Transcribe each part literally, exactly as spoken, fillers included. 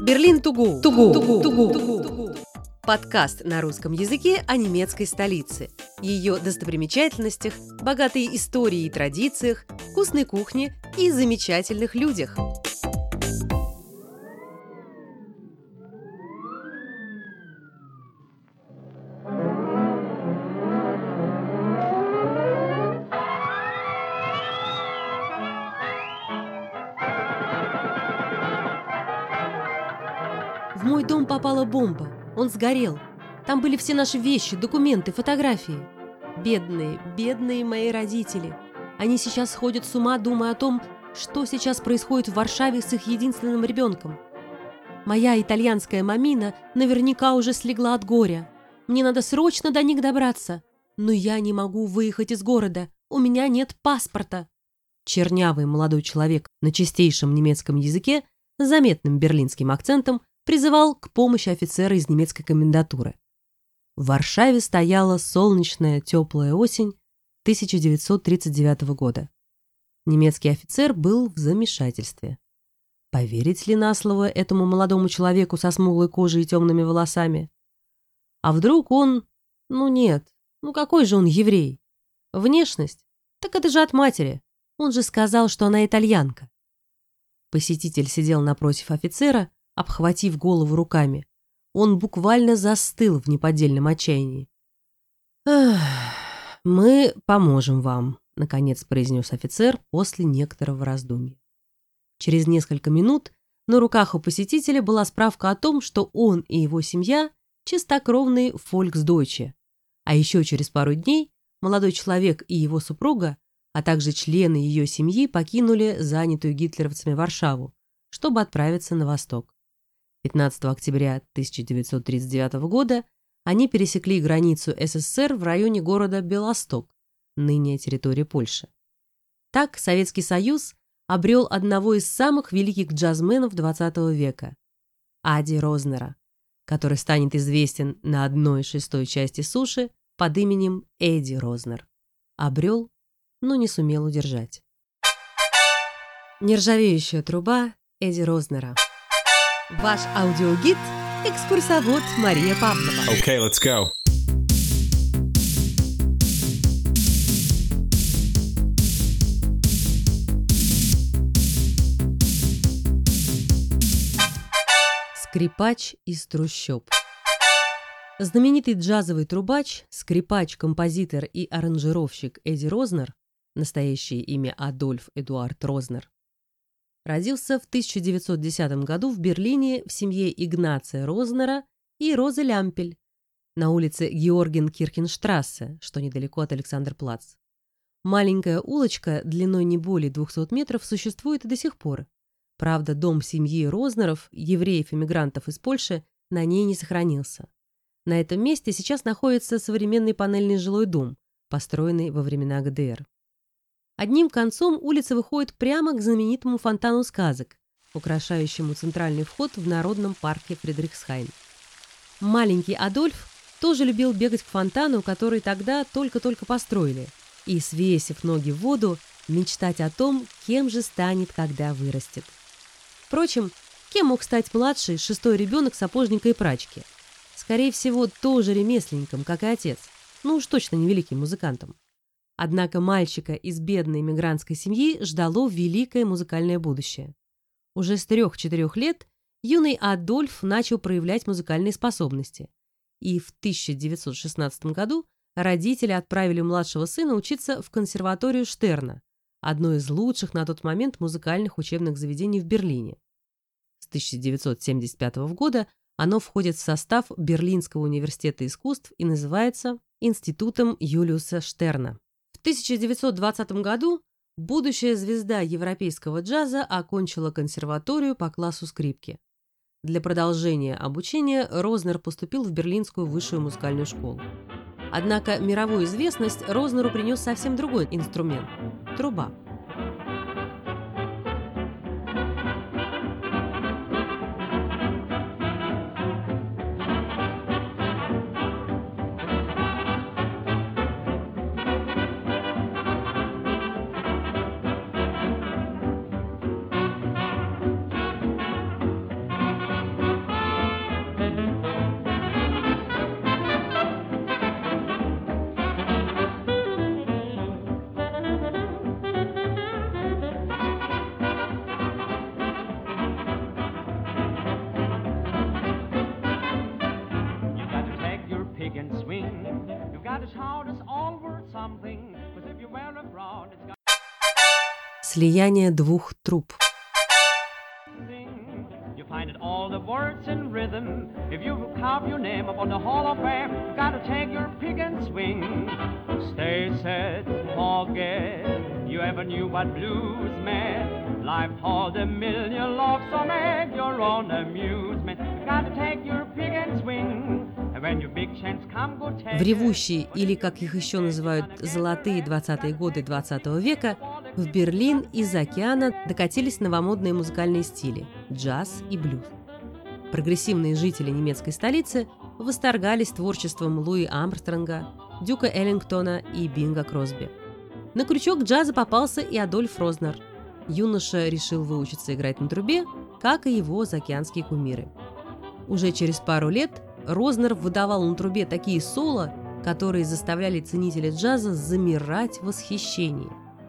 Berlin to go. To go. To go. To go. Подкаст на русском языке о немецкой столице, ее достопримечательностях, богатой истории и традициях, вкусной кухне и замечательных людях. В мой дом попала бомба. Он сгорел. Там были все наши вещи, документы, фотографии. Бедные, бедные мои родители. Они сейчас сходят с ума, думая о том, что сейчас происходит в Варшаве с их единственным ребенком. Моя итальянская мамина наверняка уже слегла от горя. Мне надо срочно до них добраться. Но я не могу выехать из города. У меня нет паспорта. Чернявый молодой человек на чистейшем немецком языке с заметным берлинским акцентом призывал к помощи офицера из немецкой комендатуры. В Варшаве стояла солнечная теплая осень тысяча девятьсот тридцать девятого года. Немецкий офицер был в замешательстве. Поверить ли на слово этому молодому человеку со смуглой кожей и темными волосами? А вдруг он... Ну нет, ну какой же он еврей? Внешность? Так это же от матери. Он же сказал, что она итальянка. Посетитель сидел напротив офицера, обхватив голову руками. Он буквально застыл в неподдельном отчаянии. «Ах, мы поможем вам», — наконец произнес офицер после некоторого раздумья. Через несколько минут на руках у посетителя была справка о том, что он и его семья — чистокровные фольксдойче. А еще через пару дней молодой человек и его супруга, а также члены ее семьи покинули занятую гитлеровцами Варшаву, чтобы отправиться на восток. пятнадцатого октября тысяча девятьсот тридцать девятого года они пересекли границу СССР в районе города Белосток, ныне территория Польши. Так Советский Союз обрел одного из самых великих джазменов двадцатого века – Ади Рознера, который станет известен на одной шестой части суши под именем Эдди Рознер. Обрел, но не сумел удержать. Нержавеющая труба Эдди Рознера. Ваш аудиогид – экскурсовод Мария Павлова. Okay, let's go. Скрипач из трущоб. Знаменитый джазовый трубач, скрипач, композитор и аранжировщик Эдди Рознер, настоящее имя Адольф Эдуард Рознер, родился в тысяча девятьсот десятом году в Берлине в семье Игнация Рознера и Розы Лямпель на улице Георген-Кирхенштрассе, что недалеко от Александр-Плац. Маленькая улочка длиной не более двухсот метров существует и до сих пор. Правда, дом семьи Рознеров, евреев-эмигрантов из Польши, на ней не сохранился. На этом месте сейчас находится современный панельный жилой дом, построенный во времена ГДР. Одним концом улица выходит прямо к знаменитому фонтану сказок, украшающему центральный вход в народном парке Фридрихсхайн. Маленький Адольф тоже любил бегать к фонтану, который тогда только-только построили, и, свесив ноги в воду, мечтать о том, кем же станет, когда вырастет. Впрочем, кем мог стать младший, шестой ребенок сапожника и прачки? Скорее всего, тоже ремесленником, как и отец, ну уж точно не великим музыкантом. Однако мальчика из бедной эмигрантской семьи ждало великое музыкальное будущее. Уже с трех-четырех лет юный Адольф начал проявлять музыкальные способности. И в тысяча девятьсот шестнадцатом году родители отправили младшего сына учиться в консерваторию Штерна, одно из лучших на тот момент музыкальных учебных заведений в Берлине. С тысяча девятьсот семьдесят пятого года оно входит в состав Берлинского университета искусств и называется Институтом Юлиуса Штерна. В тысяча девятьсот двадцатом году будущая звезда европейского джаза окончила консерваторию по классу скрипки. Для продолжения обучения Рознер поступил в Берлинскую высшую музыкальную школу. Однако мировую известность Рознеру принес совсем другой инструмент – труба. Слияние двух труб. Find it all the words in rhythm. If you carve your name upon the Hall of Fame, you gotta take your pick and swing. Stay sad, forget you ever knew what blues meant. Life holds a million loves, so make your own amusement. You gotta take your pick and swing. And when your big chance come, go take it. В ревущие, или как их еще называют, золотые двадцатые годы двадцатого века, в Берлин из-за океана докатились новомодные музыкальные стили – джаз и блюз. Прогрессивные жители немецкой столицы восторгались творчеством Луи Армстронга, Дюка Эллингтона и Бинга Кросби. На крючок джаза попался и Адольф Рознер. Юноша решил выучиться играть на трубе, как и его заокеанские кумиры. Уже через пару лет Рознер выдавал на трубе такие соло, которые заставляли ценителей джаза замирать в восхищении.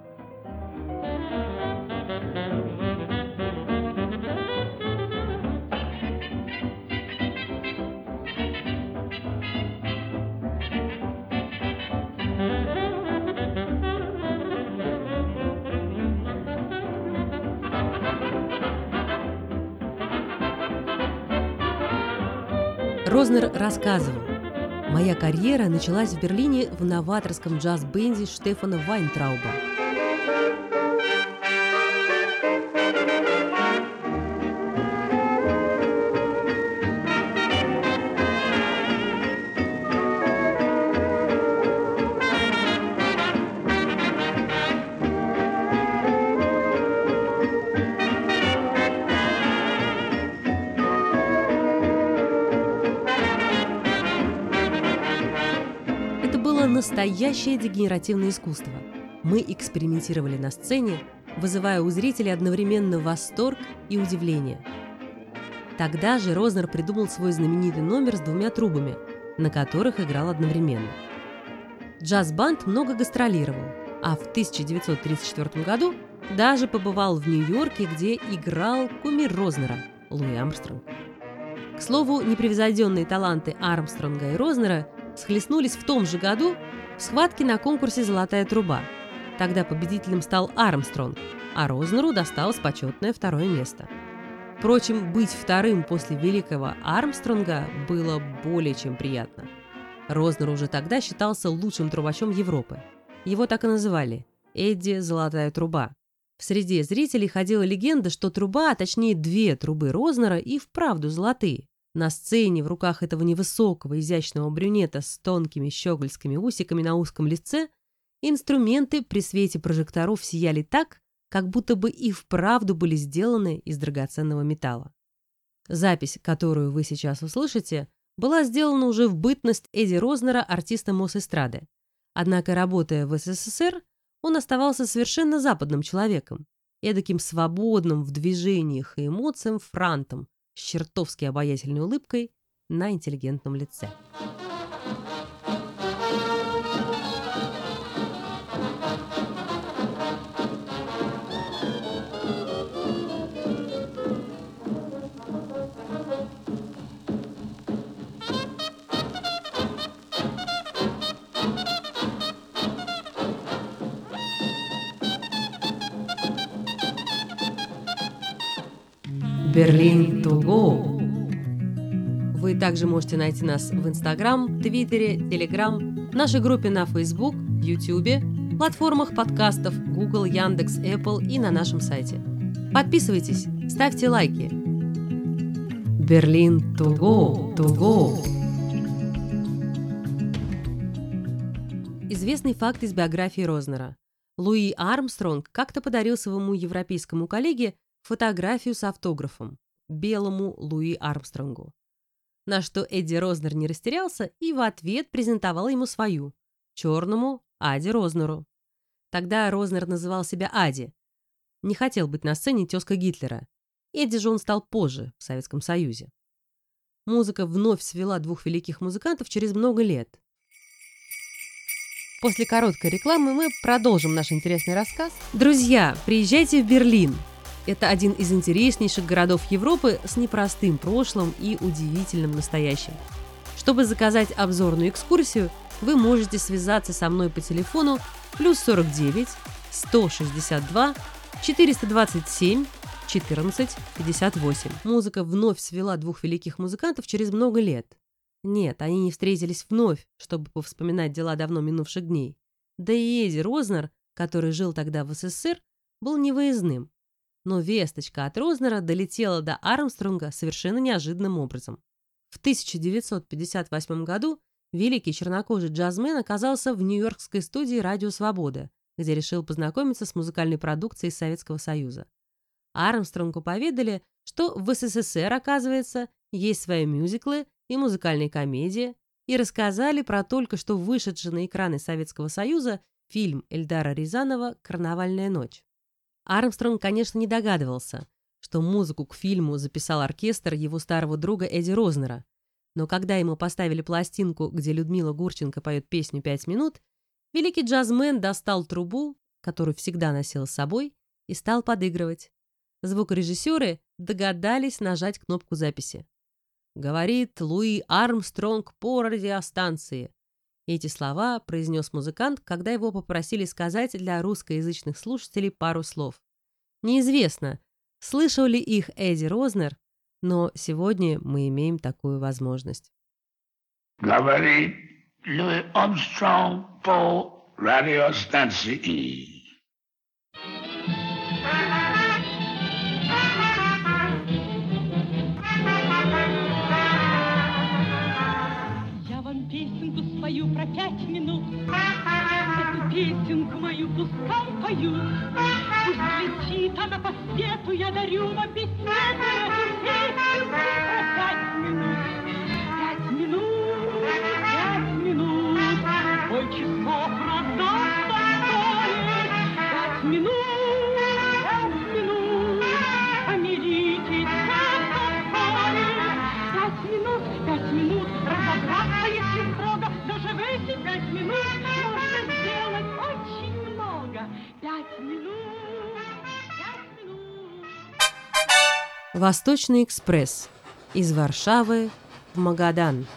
Рознер рассказывал: «Моя карьера началась в Берлине в новаторском джаз-бенде Штефана Вайнтрауба. Настоящее дегенеративное искусство. Мы экспериментировали на сцене, вызывая у зрителей одновременно восторг и удивление». Тогда же Рознер придумал свой знаменитый номер с двумя трубами, на которых играл одновременно. Джаз-банд много гастролировал, а в тысяча девятьсот тридцать четвёртом году даже побывал в Нью-Йорке, где играл кумир Рознера – Луи Армстронг. К слову, непревзойденные таланты Армстронга и Рознера схлестнулись в том же году в схватке на конкурсе «Золотая труба». Тогда победителем стал Армстронг, а Рознеру досталось почетное второе место. Впрочем, быть вторым после великого Армстронга было более чем приятно. Рознер уже тогда считался лучшим трубачом Европы. Его так и называли – Эдди «Золотая труба». В среде зрителей ходила легенда, что труба, а точнее две трубы Рознера, и вправду золотые. На сцене в руках этого невысокого, изящного брюнета с тонкими щегольскими усиками на узком лице инструменты при свете прожекторов сияли так, как будто бы и вправду были сделаны из драгоценного металла. Запись, которую вы сейчас услышите, была сделана уже в бытность Эдди Рознера артистом Мосэстрады. Однако, работая в СССР, он оставался совершенно западным человеком, эдаким свободным в движениях и эмоциям франтом, с чертовски обаятельной улыбкой на интеллигентном лице. Berlin to go. Вы также можете найти нас в Инстаграм, Твиттере, Телеграм, нашей группе на Фейсбук, Ютубе, платформах подкастов Google, Яндекс, Apple и на нашем сайте. Подписывайтесь, ставьте лайки. Berlin to go, to go. Известный факт из биографии Рознера. Луи Армстронг как-то подарил своему европейскому коллеге фотографию с автографом белому Луи Армстронгу. На что Эдди Рознер не растерялся и в ответ презентовал ему свою, черному Аде Рознеру. Тогда Рознер называл себя Ади. Не хотел быть на сцене тезкой Гитлера. Эдди же он стал позже, в Советском Союзе. Музыка вновь свела двух великих музыкантов через много лет. После короткой рекламы мы продолжим наш интересный рассказ. Друзья, приезжайте в Берлин. Это один из интереснейших городов Европы с непростым прошлым и удивительным настоящим. Чтобы заказать обзорную экскурсию, вы можете связаться со мной по телефону плюс сорок девять сто шестьдесят два четыреста двадцать семь четырнадцать пятьдесят восемь. Музыка вновь свела двух великих музыкантов через много лет. Нет, они не встретились вновь, чтобы повспоминать дела давно минувших дней. Да и Эдди Рознер, который жил тогда в СССР, был невыездным. Но весточка от Рознера долетела до Армстронга совершенно неожиданным образом. В тысяча девятьсот пятьдесят восьмом году великий чернокожий джазмен оказался в нью-йоркской студии «Радио Свобода», где решил познакомиться с музыкальной продукцией Советского Союза. Армстронгу поведали, что в СССР, оказывается, есть свои мюзиклы и музыкальные комедии, и рассказали про только что вышедший на экраны Советского Союза фильм Эльдара Рязанова «Карнавальная ночь». Армстронг, конечно, не догадывался, что музыку к фильму записал оркестр его старого друга Эдди Рознера, но когда ему поставили пластинку, где Людмила Гурченко поет песню «Пять минут», великий джазмен достал трубу, которую всегда носил с собой, и стал подыгрывать. Звукорежиссеры догадались нажать кнопку записи. Говорит Луи Армстронг по радиостанции. Эти слова произнес музыкант, когда его попросили сказать для русскоязычных слушателей пару слов. Неизвестно, слышал ли их Эдди Рознер, но сегодня мы имеем такую возможность. Говорит Луи Армстронг по радиостанции. Пою про пять минут, эту песенку мою пускай поют. Пусть летит она по свету, я дарю вам беседу эту песенку про пять минут. Пять минут, пять минут, ой, часов раздастся вскоре. Пять минут, пять минут, помиритесь часто вскоре. Пять минут, пять минут, разобраться, если строго. Даже в эти пять минут можно сделать очень много. Пять минут, пять минут. Восточный экспресс. Из Варшавы в Магадан.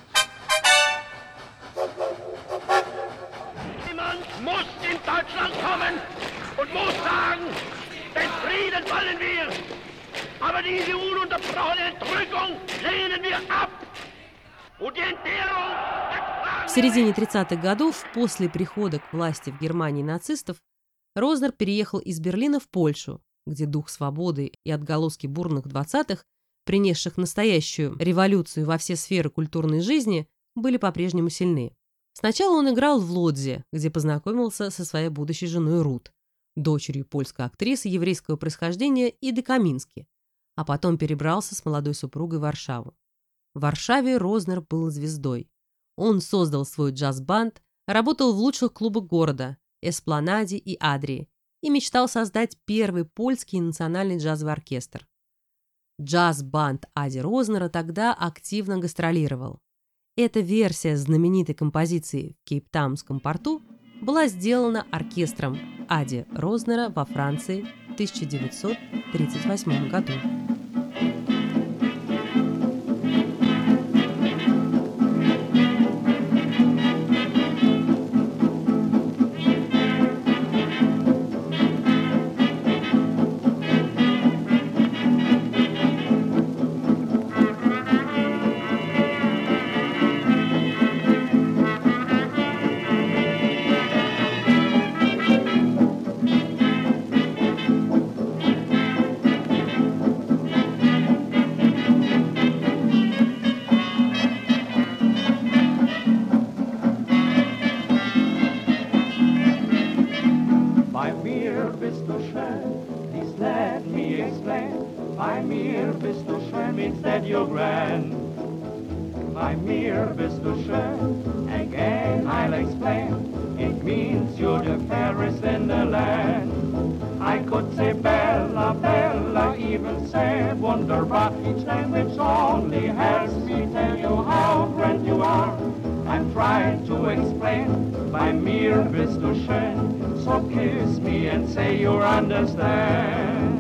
Niemand muss in Deutschland kommen und muss sagen, den Frieden wollen wir, aber diese ununterbrochene Entrückung lehnen wir ab. Und die Entbehrung В середине тридцатых годов, после прихода к власти в Германии нацистов, Рознер переехал из Берлина в Польшу, где дух свободы и отголоски бурных двадцатых, принесших настоящую революцию во все сферы культурной жизни, были по-прежнему сильны. Сначала он играл в Лодзе, где познакомился со своей будущей женой Рут, дочерью польской актрисы еврейского происхождения Иды Камински, а потом перебрался с молодой супругой в Варшаву. В Варшаве Рознер был звездой. Он создал свой джаз-банд, работал в лучших клубах города – Эспланаде и Адрии, и мечтал создать первый польский национальный джазовый оркестр. Джаз-банд Эдди Рознера тогда активно гастролировал. Эта версия знаменитой композиции в Кейптаунском порту была сделана оркестром Эдди Рознера во Франции в тысяча девятьсот тридцать восьмом году. Bei mir bist du schön, means that you're grand. Bei mir bist du schön, again I'll explain. It means you're the fairest in the land. I could say Bella, Bella, even say wunderbar. Each language only helps me tell you how grand you are. I'm trying to explain, bei mir bist du schön. So kiss me and say you understand.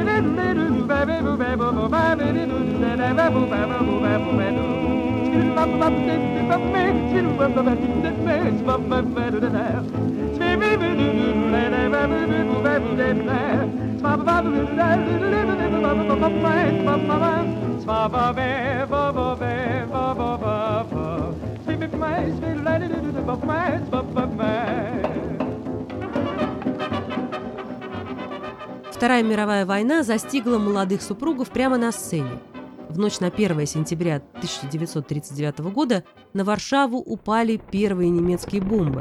Вторая мировая война застигла молодых супругов прямо на сцене. В ночь на первое сентября тысяча девятьсот тридцать девятого года на Варшаву упали первые немецкие бомбы.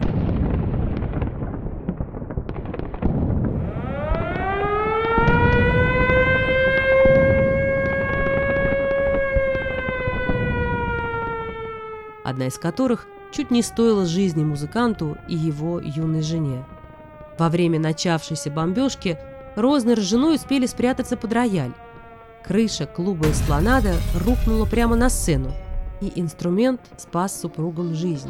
Одна из которых чуть не стоила жизни музыканту и его юной жене. Во время начавшейся бомбежки Рознер с женой успели спрятаться под рояль. Крыша клуба «Эспланада» рухнула прямо на сцену, и инструмент спас супругам жизнь.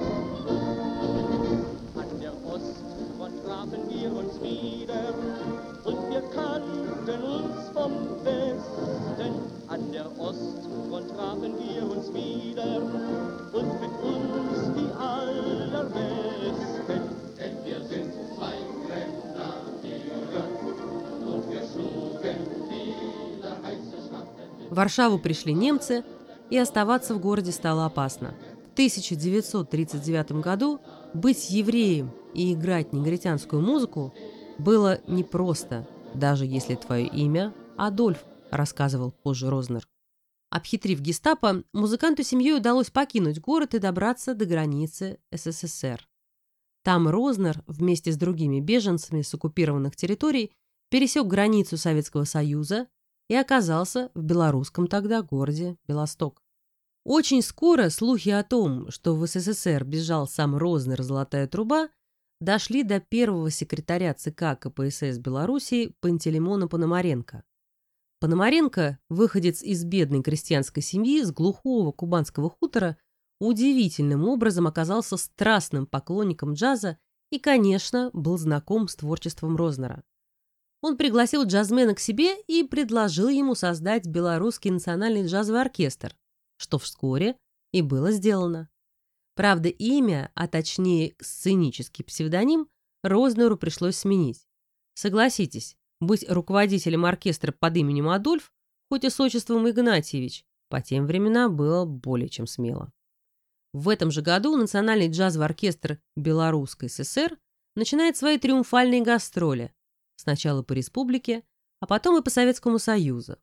В Варшаву пришли немцы, и оставаться в городе стало опасно. В тысяча девятьсот тридцать девятом году быть евреем и играть негритянскую музыку было непросто, даже если твое имя Адольф, рассказывал позже Рознер. Обхитрив гестапо, музыканту семьей удалось покинуть город и добраться до границы СССР. Там Рознер вместе с другими беженцами с оккупированных территорий пересек границу Советского Союза и оказался в белорусском тогда городе Белосток. Очень скоро слухи о том, что в СССР бежал сам Рознер «Золотая труба», дошли до первого секретаря ЦК КПСС Белоруссии Пантелеймона Пономаренко. Пономаренко, выходец из бедной крестьянской семьи с глухого кубанского хутора, удивительным образом оказался страстным поклонником джаза и, конечно, был знаком с творчеством Рознера. Он пригласил джазмена к себе и предложил ему создать Белорусский национальный джазовый оркестр, что вскоре и было сделано. Правда, имя, а точнее сценический псевдоним, Рознеру пришлось сменить. Согласитесь, быть руководителем оркестра под именем Адольф, хоть и с отчеством Игнатьевич, по тем временам было более чем смело. В этом же году Национальный джазовый оркестр Белорусской ССР начинает свои триумфальные гастроли. Сначала по республике, а потом и по Советскому Союзу.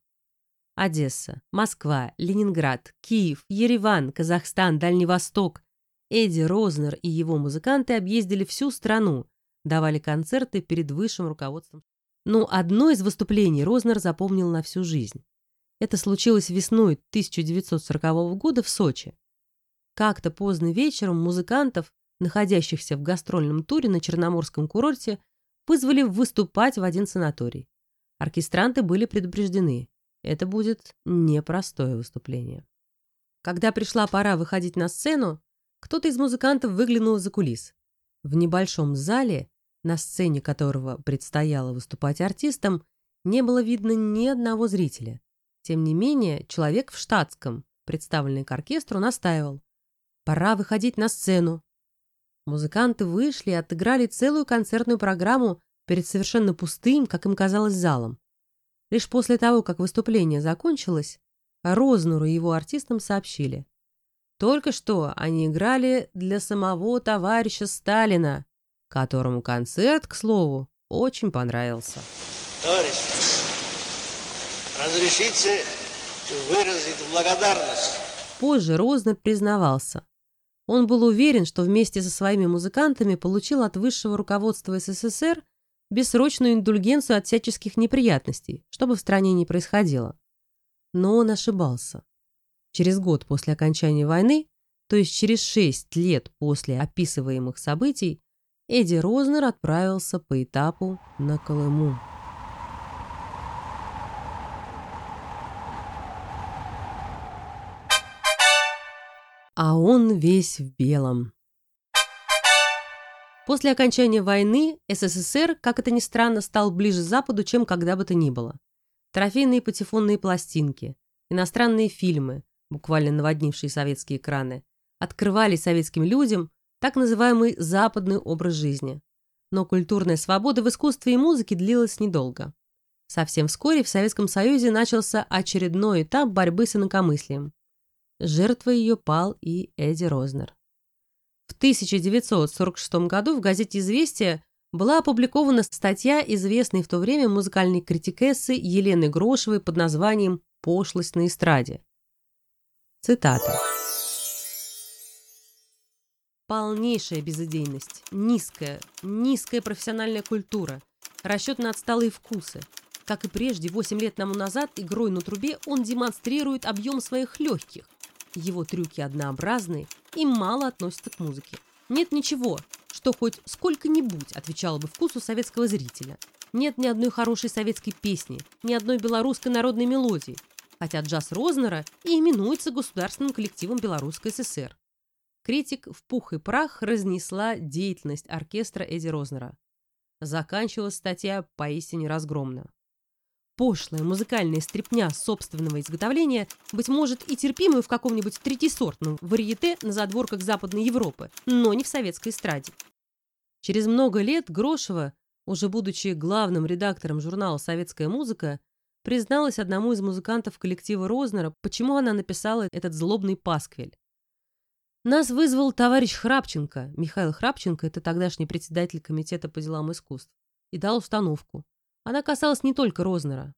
Одесса, Москва, Ленинград, Киев, Ереван, Казахстан, Дальний Восток. Эдди Рознер и его музыканты объездили всю страну, давали концерты перед высшим руководством. Но одно из выступлений Рознер запомнил на всю жизнь. Это случилось весной тысяча девятьсот сорокового года в Сочи. Как-то поздно вечером музыкантов, находящихся в гастрольном туре на Черноморском курорте, вызвали выступать в один санаторий. Оркестранты были предупреждены. Это будет непростое выступление. Когда пришла пора выходить на сцену, кто-то из музыкантов выглянул из-за кулис. В небольшом зале, на сцене которого предстояло выступать артистам, не было видно ни одного зрителя. Тем не менее, человек в штатском, представленный к оркестру, настаивал: «Пора выходить на сцену». Музыканты вышли и отыграли целую концертную программу перед совершенно пустым, как им казалось, залом. Лишь после того, как выступление закончилось, Рознеру и его артистам сообщили: только что они играли для самого товарища Сталина, которому концерт, к слову, очень понравился. Товарищи, разрешите выразить благодарность. Позже Рознер признавался. Он был уверен, что вместе со своими музыкантами получил от высшего руководства СССР бессрочную индульгенцию от всяческих неприятностей, что бы в стране ни происходило. Но он ошибался. Через год после окончания войны, то есть через шесть лет после описываемых событий, Эдди Рознер отправился по этапу на Колыму. А он весь в белом. После окончания войны СССР, как это ни странно, стал ближе к Западу, чем когда бы то ни было. Трофейные патефонные пластинки, иностранные фильмы, буквально наводнившие советские экраны, открывали советским людям так называемый западный образ жизни. Но культурная свобода в искусстве и музыке длилась недолго. Совсем вскоре в Советском Союзе начался очередной этап борьбы с инакомыслием. Жертвой ее пал и Эдди Рознер. В тысяча девятьсот сорок шестом году в газете «Известия» была опубликована статья известной в то время музыкальной критикессы Елены Грошевой под названием «Пошлость на эстраде». Цитата. «Полнейшая безыдейность, низкая, низкая профессиональная культура, расчет на отсталые вкусы. Как и прежде, восемь лет тому назад, игрой на трубе он демонстрирует объем своих легких. Его трюки однообразны и мало относятся к музыке. Нет ничего, что хоть сколько-нибудь отвечало бы вкусу советского зрителя. Нет ни одной хорошей советской песни, ни одной белорусской народной мелодии, хотя джаз Рознера и именуется государственным коллективом Белорусской ССР». Критик в пух и прах разнесла деятельность оркестра Эдди Рознера. Заканчивалась статья поистине разгромно. Пошлая музыкальная стряпня собственного изготовления, быть может, и терпимую в каком-нибудь третьесортном варьете на задворках Западной Европы, но не в советской эстраде. Через много лет Грошева, уже будучи главным редактором журнала «Советская музыка», призналась одному из музыкантов коллектива Рознера, почему она написала этот злобный пасквиль. «Нас вызвал товарищ Храпченко, Михаил Храпченко, это тогдашний председатель комитета по делам искусств, и дал установку. Она касалась не только Рознера.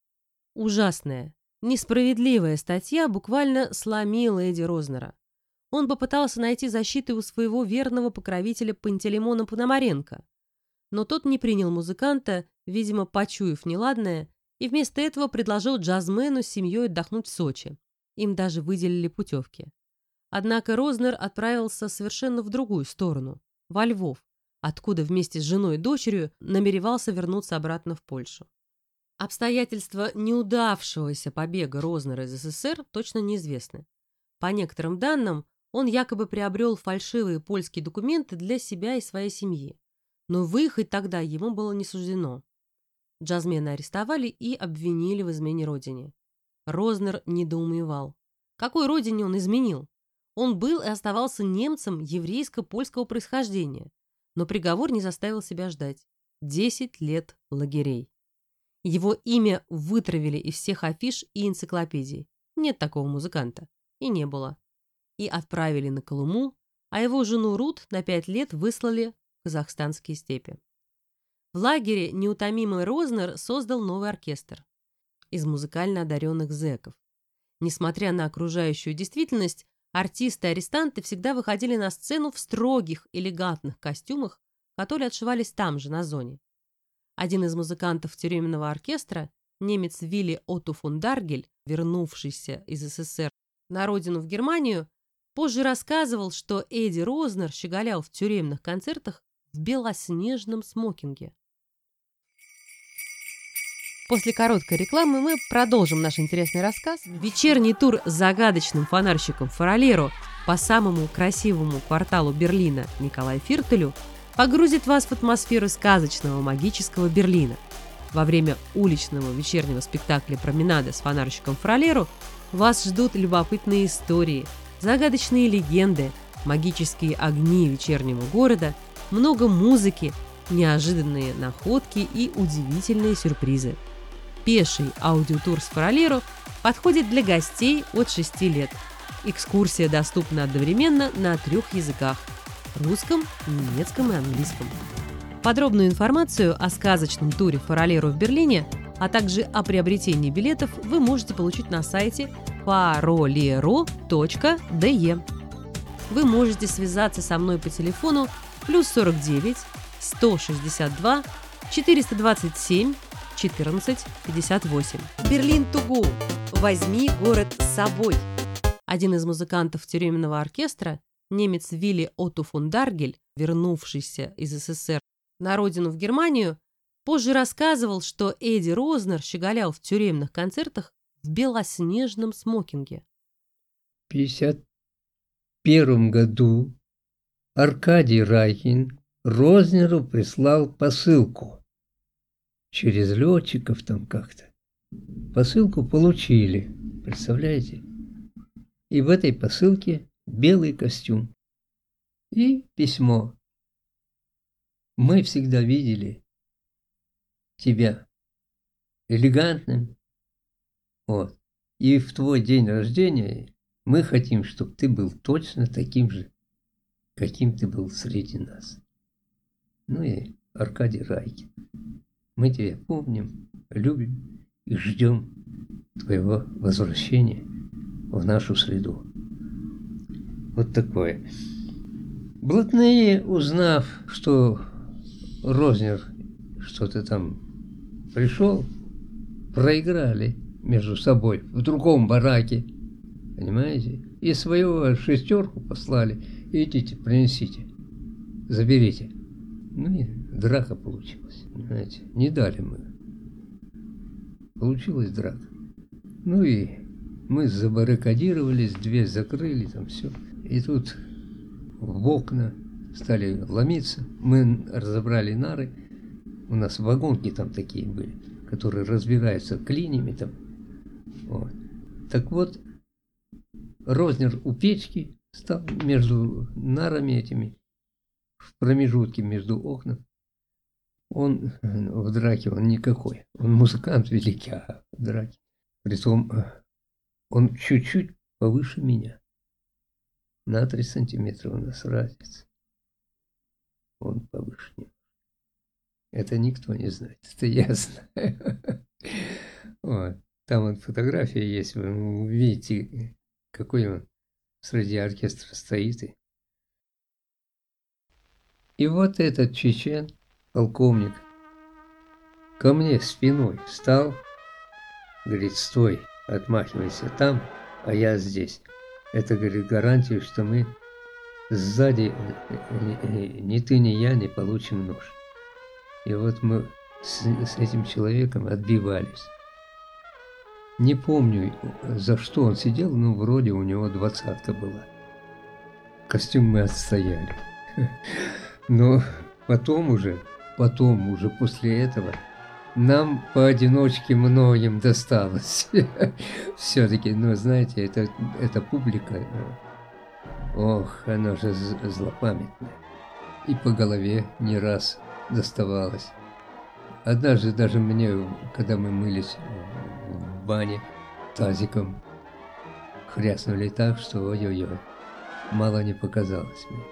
Ужасная, несправедливая статья буквально сломила Эдди Рознера. Он попытался найти защиту у своего верного покровителя Пантелеймона Пономаренко, но тот не принял музыканта, видимо, почуяв неладное, и вместо этого предложил джазмену с семьей отдохнуть в Сочи. Им даже выделили путевки. Однако Рознер отправился совершенно в другую сторону, во Львов, откуда вместе с женой и дочерью намеревался вернуться обратно в Польшу. Обстоятельства неудавшегося побега Рознера из СССР точно неизвестны. По некоторым данным, он якобы приобрел фальшивые польские документы для себя и своей семьи. Но выехать тогда ему было не суждено. Джазмена арестовали и обвинили в измене родине. Рознер недоумевал. Какой родине он изменил? Он был и оставался немцем еврейско-польского происхождения. Но приговор не заставил себя ждать. Десять лет лагерей. Его имя вытравили из всех афиш и энциклопедий. Нет такого музыканта. И не было. И отправили на Колыму, а его жену Рут на пять лет выслали в казахстанские степи. В лагере неутомимый Рознер создал новый оркестр из музыкально одаренных зэков. Несмотря на окружающую действительность, артисты-арестанты всегда выходили на сцену в строгих, элегантных костюмах, которые отшивались там же, на зоне. Один из музыкантов тюремного оркестра, немец Вилли Отто фон Даргель, вернувшийся из СССР на родину в Германию, позже рассказывал, что Эдди Рознер щеголял в тюремных концертах в белоснежном смокинге. После короткой рекламы мы продолжим наш интересный рассказ. Вечерний тур с загадочным фонарщиком Фаролеро по самому красивому кварталу Берлина Николаю Фиртелю погрузит вас в атмосферу сказочного магического Берлина. Во время уличного вечернего спектакля «Променада» с фонарщиком Фаролеро вас ждут любопытные истории, загадочные легенды, магические огни вечернего города, много музыки, неожиданные находки и удивительные сюрпризы. Пеший аудиотур с Фаролеро подходит для гостей от шести лет. Экскурсия доступна одновременно на трех языках – русском, немецком и английском. Подробную информацию о сказочном туре Фаролеро в Берлине, а также о приобретении билетов вы можете получить на сайте фаролеро точка де. Вы можете связаться со мной по телефону плюс сорок девять сто шестьдесят два четыреста двадцать семь четырнадцать пятьдесят восемь. Берлин to go. Возьми город с собой. Один из музыкантов тюремного оркестра, немец Вилли Отто фон Даргель, вернувшийся из СССР на родину в Германию, позже рассказывал, что Эдди Рознер щеголял в тюремных концертах в белоснежном смокинге. В пятьдесят первом году Аркадий Райкин Рознеру прислал посылку. Через летчиков там как-то. посылку получили, представляете? И в этой посылке белый костюм и письмо. Мы всегда видели тебя элегантным, вот. И в твой день рождения мы хотим, чтобы ты был точно таким же, каким ты был среди нас. Ну и Аркадий Райкин. Мы тебя помним, любим и ждем твоего возвращения в нашу среду. Вот такое. Блатные, узнав, что Рознер что-то там пришел, проиграли между собой в другом бараке, понимаете? И свою шестерку послали. Идите, принесите, заберите. Ну и драка получилась, понимаете? Не дали мы. Получилась драка. Ну и мы забаррикадировались, дверь закрыли, там все. И тут в окна стали ломиться. Мы разобрали нары. У нас вагонки там такие были, которые разбираются клинями там. Вот. Так вот, Рознер у печки стал между нарами этими, в промежутке между окнами. Он в драке, он никакой. Он музыкант великий, а в драке. Притом он чуть-чуть повыше меня. На три сантиметра у нас разница. Он повыше него. Это никто не знает. Это я знаю. Вот. Там вот фотография есть. Вы увидите, какой он среди оркестра стоит. И вот этот чечен, полковник, ко мне спиной встал, говорит: стой, отмахивайся там, а я здесь. Это, говорит, гарантия, что мы сзади ни, ни ты, ни я не получим нож. И вот мы с, с этим человеком отбивались. Не помню, за что он сидел, но вроде у него двадцатка была. Костюм мы отстояли. Но потом уже, потом уже после этого нам поодиночке многим досталось. Все-таки, ну, знаете, это, эта публика, ох, она же злопамятная. И по голове не раз доставалось. Однажды даже мне, когда мы мылись в бане тазиком, хряснули так, что ой-ой-ой, мало не показалось мне.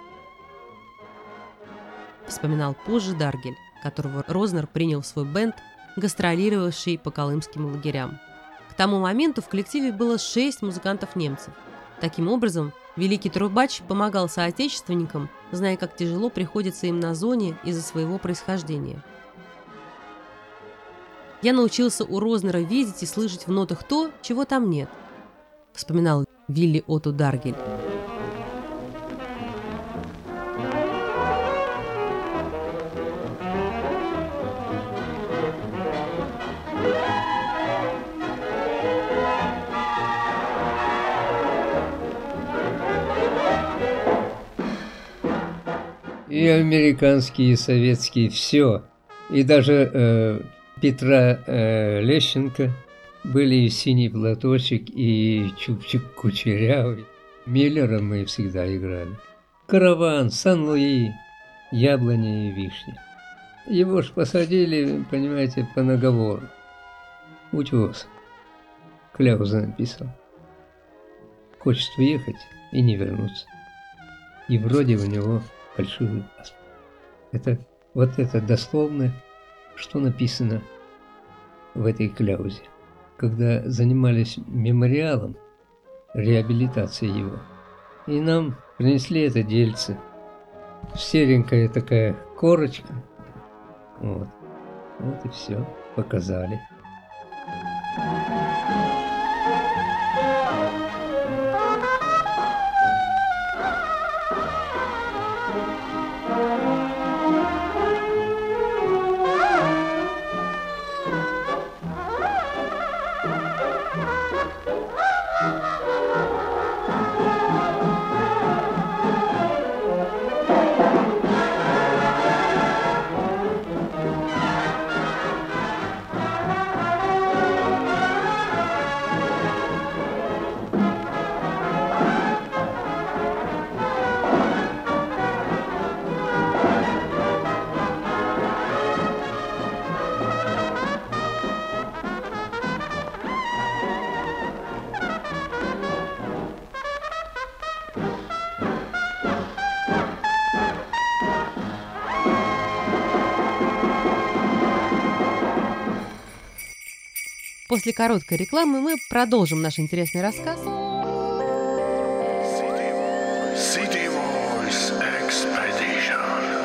Вспоминал позже Даргель, которого Рознер принял в свой бэнд, гастролировавший по колымским лагерям. К тому моменту в коллективе было шесть музыкантов-немцев. Таким образом, великий трубач помогал соотечественникам, зная, как тяжело приходится им на зоне из-за своего происхождения. «Я научился у Рознера видеть и слышать в нотах то, чего там нет», вспоминал Вилли Отто Даргель. И американские, и советские, все. И даже э, Петра э, Лещенко были и «Синий платочек», и «Чубчик кучерявый». Миллера мы всегда играли. «Караван», «Сан-Луи», «Яблоня и вишня». Его ж посадили, понимаете, по наговору. Утес. Кляуза написал. Хочет уехать и не вернуться. И вроде у него фальшивый паспорт. Это вот это дословно, что написано в этой кляузе. Когда занимались мемориалом, реабилитацией его, и нам принесли это дельце. Серенькая такая корочка. Вот. Вот и все. Показали. после короткой рекламы мы продолжим наш интересный рассказ. City Voice Expedition.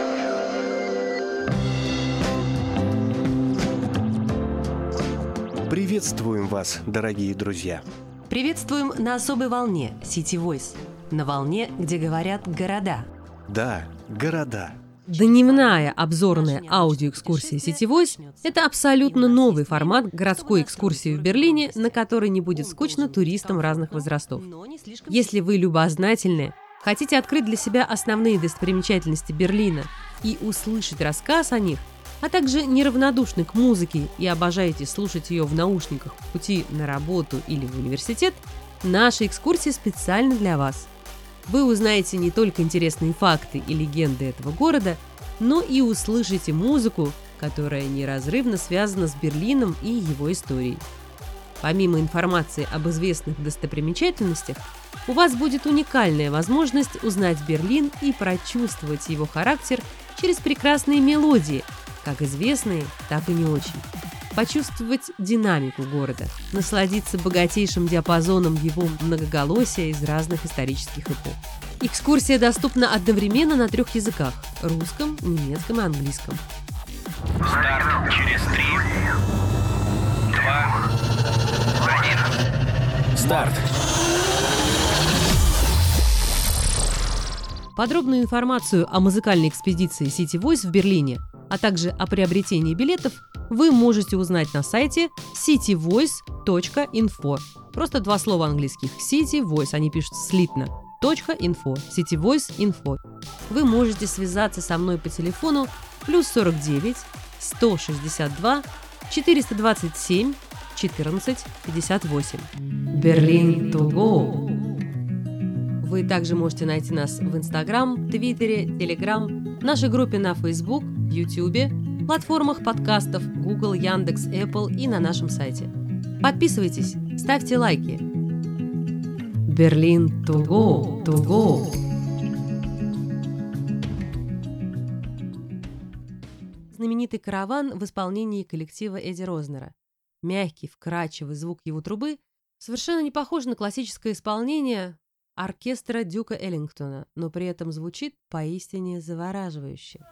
Приветствуем вас, дорогие друзья. Приветствуем на особой волне City Voice. На волне, где говорят города. Да, города. Дневная обзорная аудиоэкскурсия City Voice – это абсолютно новый формат городской экскурсии в Берлине, на который не будет скучно туристам разных возрастов. Если вы любознательны, хотите открыть для себя основные достопримечательности Берлина и услышать рассказ о них, а также неравнодушны к музыке и обожаете слушать ее в наушниках в пути на работу или в университет, наша экскурсия специально для вас. Вы узнаете не только интересные факты и легенды этого города, но и услышите музыку, которая неразрывно связана с Берлином и его историей. Помимо информации об известных достопримечательностях, у вас будет уникальная возможность узнать Берлин и прочувствовать его характер через прекрасные мелодии, как известные, так и не очень. Почувствовать динамику города, насладиться богатейшим диапазоном его многоголосия из разных исторических эпох. Экскурсия доступна одновременно на трех языках – русском, немецком и английском. Старт через три, два, один. Старт. Подробную информацию о музыкальной экспедиции City Voice в Берлине, а также о приобретении билетов вы можете узнать на сайте сити войс точка инфо. Просто два слова английских. City Voice, они пишут слитно. .info. City Voice Info. Вы можете связаться со мной по телефону плюс сорок девять сто шестьдесят два четыреста двадцать семь четырнадцать пятьдесят восемь. Berlin to go. Вы также можете найти нас в Инстаграм, Твиттере, Телеграм, нашей группе на Фейсбук, Ютубе, платформах подкастов Google, Яндекс, Apple и на нашем сайте. Подписывайтесь, ставьте лайки. Berlin to go, to go. Знаменитый караван в исполнении коллектива Эдди Рознера. Мягкий, вкрадчивый звук его трубы совершенно не похож на классическое исполнение оркестра Дюка Эллингтона, но при этом звучит поистине завораживающе.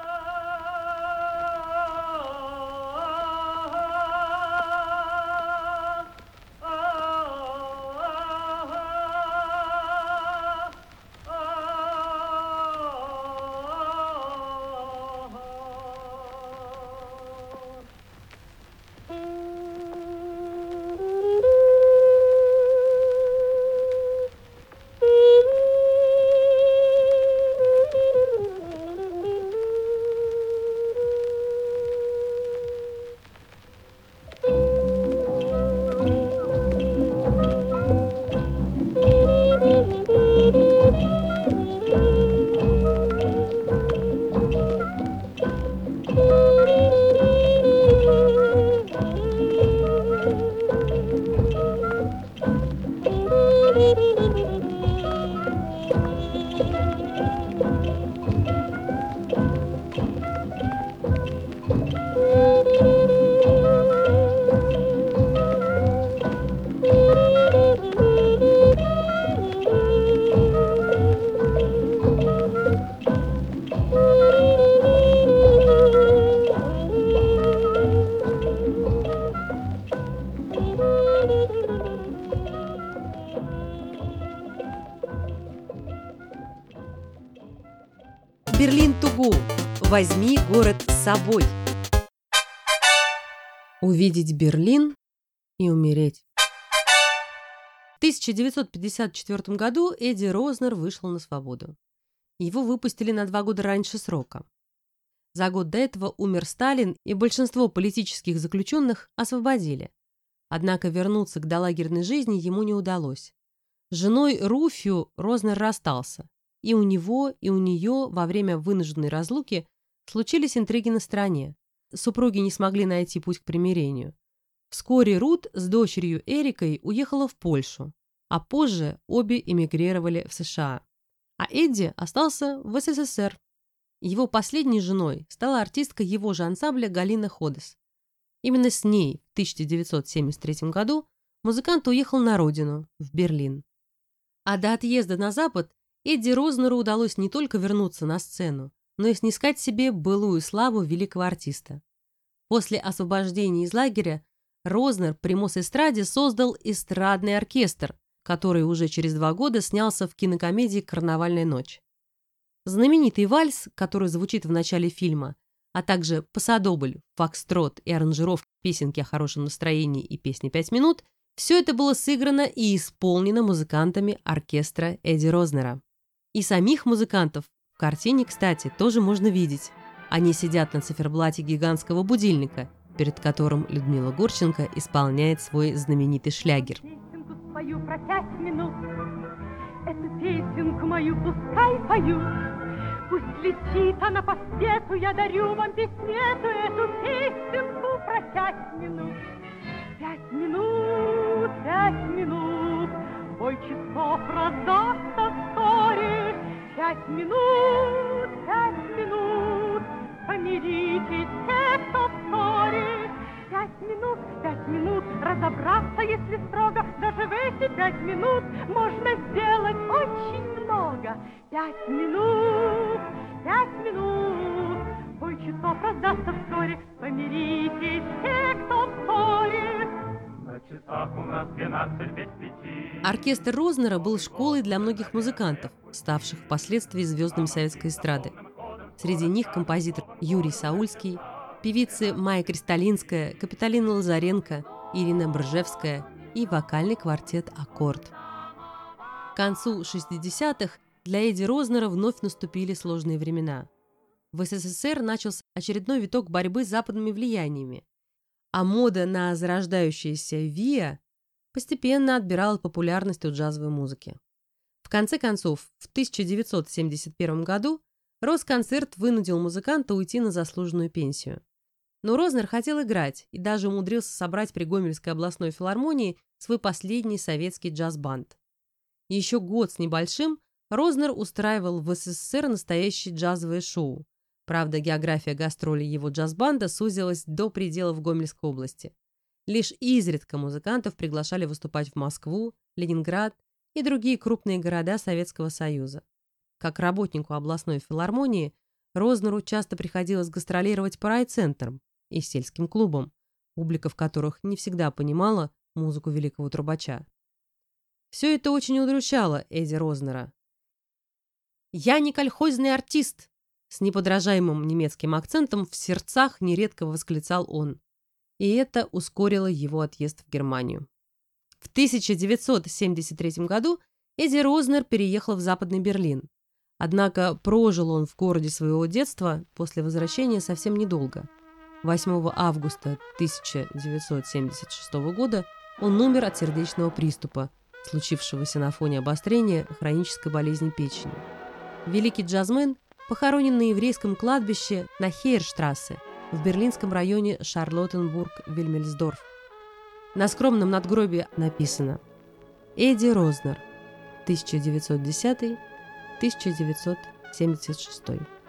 Berlin to go. Возьми город с собой. Увидеть Берлин и умереть. В тысяча девятьсот пятьдесят четвёртом году Эдди Рознер вышел на свободу. Его выпустили на два года раньше срока. За год до этого умер Сталин, и большинство политических заключенных освободили. Однако вернуться к долагерной жизни ему не удалось. С женой Руфью Рознер расстался. И у него, и у нее во время вынужденной разлуки случились интриги на стороне. Супруги не смогли найти путь к примирению. Вскоре Рут с дочерью Эрикой уехала в Польшу, а позже обе эмигрировали в США. А Эдди остался в СССР. Его последней женой стала артистка его же ансамбля Галина Ходес. Именно с ней в тысяча девятьсот семьдесят третьем году музыкант уехал на родину, в Берлин. А до отъезда на Запад Эдди Рознеру удалось не только вернуться на сцену, но и снискать себе былую славу великого артиста. После освобождения из лагеря Рознер при Мосэстраде создал эстрадный оркестр, который уже через два года снялся в кинокомедии «Карнавальная ночь». Знаменитый вальс, который звучит в начале фильма, а также пасадобль, фокстрот и аранжировки песенки о хорошем настроении и песни «Пять минут» – все это было сыграно и исполнено музыкантами оркестра Эдди Рознера. И самих музыкантов в картине, кстати, тоже можно видеть. Они сидят на циферблате гигантского будильника, перед которым Людмила Гурченко исполняет свой знаменитый шлягер. Песенку спою про пять минут, эту песенку мою пускай поют. Пусть летит она по свету, я дарю вам бессмету эту песенку про пять минут. Пять минут, пять минут, бой часов раздастся вскоре. Пять минут, пять минут, помиритесь все, кто в ссоре. Пять минут, пять минут, разобраться, если строго, даже в эти пять минут можно сделать очень много. Пять минут, пять минут, бой часов раздастся вскоре, помиритесь все, кто в ссоре. На часах у нас двенадцать без пяти. Оркестр Рознера был школой для многих музыкантов, ставших впоследствии звездами советской эстрады. Среди них композитор Юрий Саульский, певицы Майя Кристалинская, Капиталина Лазаренко, Ирина Бржевская и вокальный квартет «Аккорд». К концу шестидесятых для Эдди Рознера вновь наступили сложные времена. В СССР начался очередной виток борьбы с западными влияниями, а мода на зарождающееся ВИА постепенно отбирала популярность у джазовой музыки. В конце концов, в тысяча девятьсот семьдесят первом году Росконцерт вынудил музыканта уйти на заслуженную пенсию. Но Рознер хотел играть и даже умудрился собрать при Гомельской областной филармонии свой последний советский джаз-банд. Еще год с небольшим Рознер устраивал в СССР настоящее джазовое шоу. Правда, география гастролей его джаз-банда сузилась до пределов Гомельской области. Лишь изредка музыкантов приглашали выступать в Москву, Ленинград и другие крупные города Советского Союза. Как работнику областной филармонии, Рознеру часто приходилось гастролировать по райцентрам и сельским клубам, публика в которых не всегда понимала музыку великого трубача. Все это очень удручало Эдди Рознера. «Я не колхозный артист!» С неподражаемым немецким акцентом в сердцах нередко восклицал он. И это ускорило его отъезд в Германию. В тысяча девятьсот семьдесят третьем году Эдди Рознер переехал в Западный Берлин. Однако прожил он в городе своего детства после возвращения совсем недолго. восьмого августа тысяча девятьсот семьдесят шестого года он умер от сердечного приступа, случившегося на фоне обострения хронической болезни печени. Великий джазмен похоронен на еврейском кладбище на Хейерштрассе в берлинском районе Шарлоттенбург-Вильмельсдорф. На скромном надгробии написано: Эдди Рознер, тысяча девятьсот десятый — тысяча девятьсот семьдесят шестой.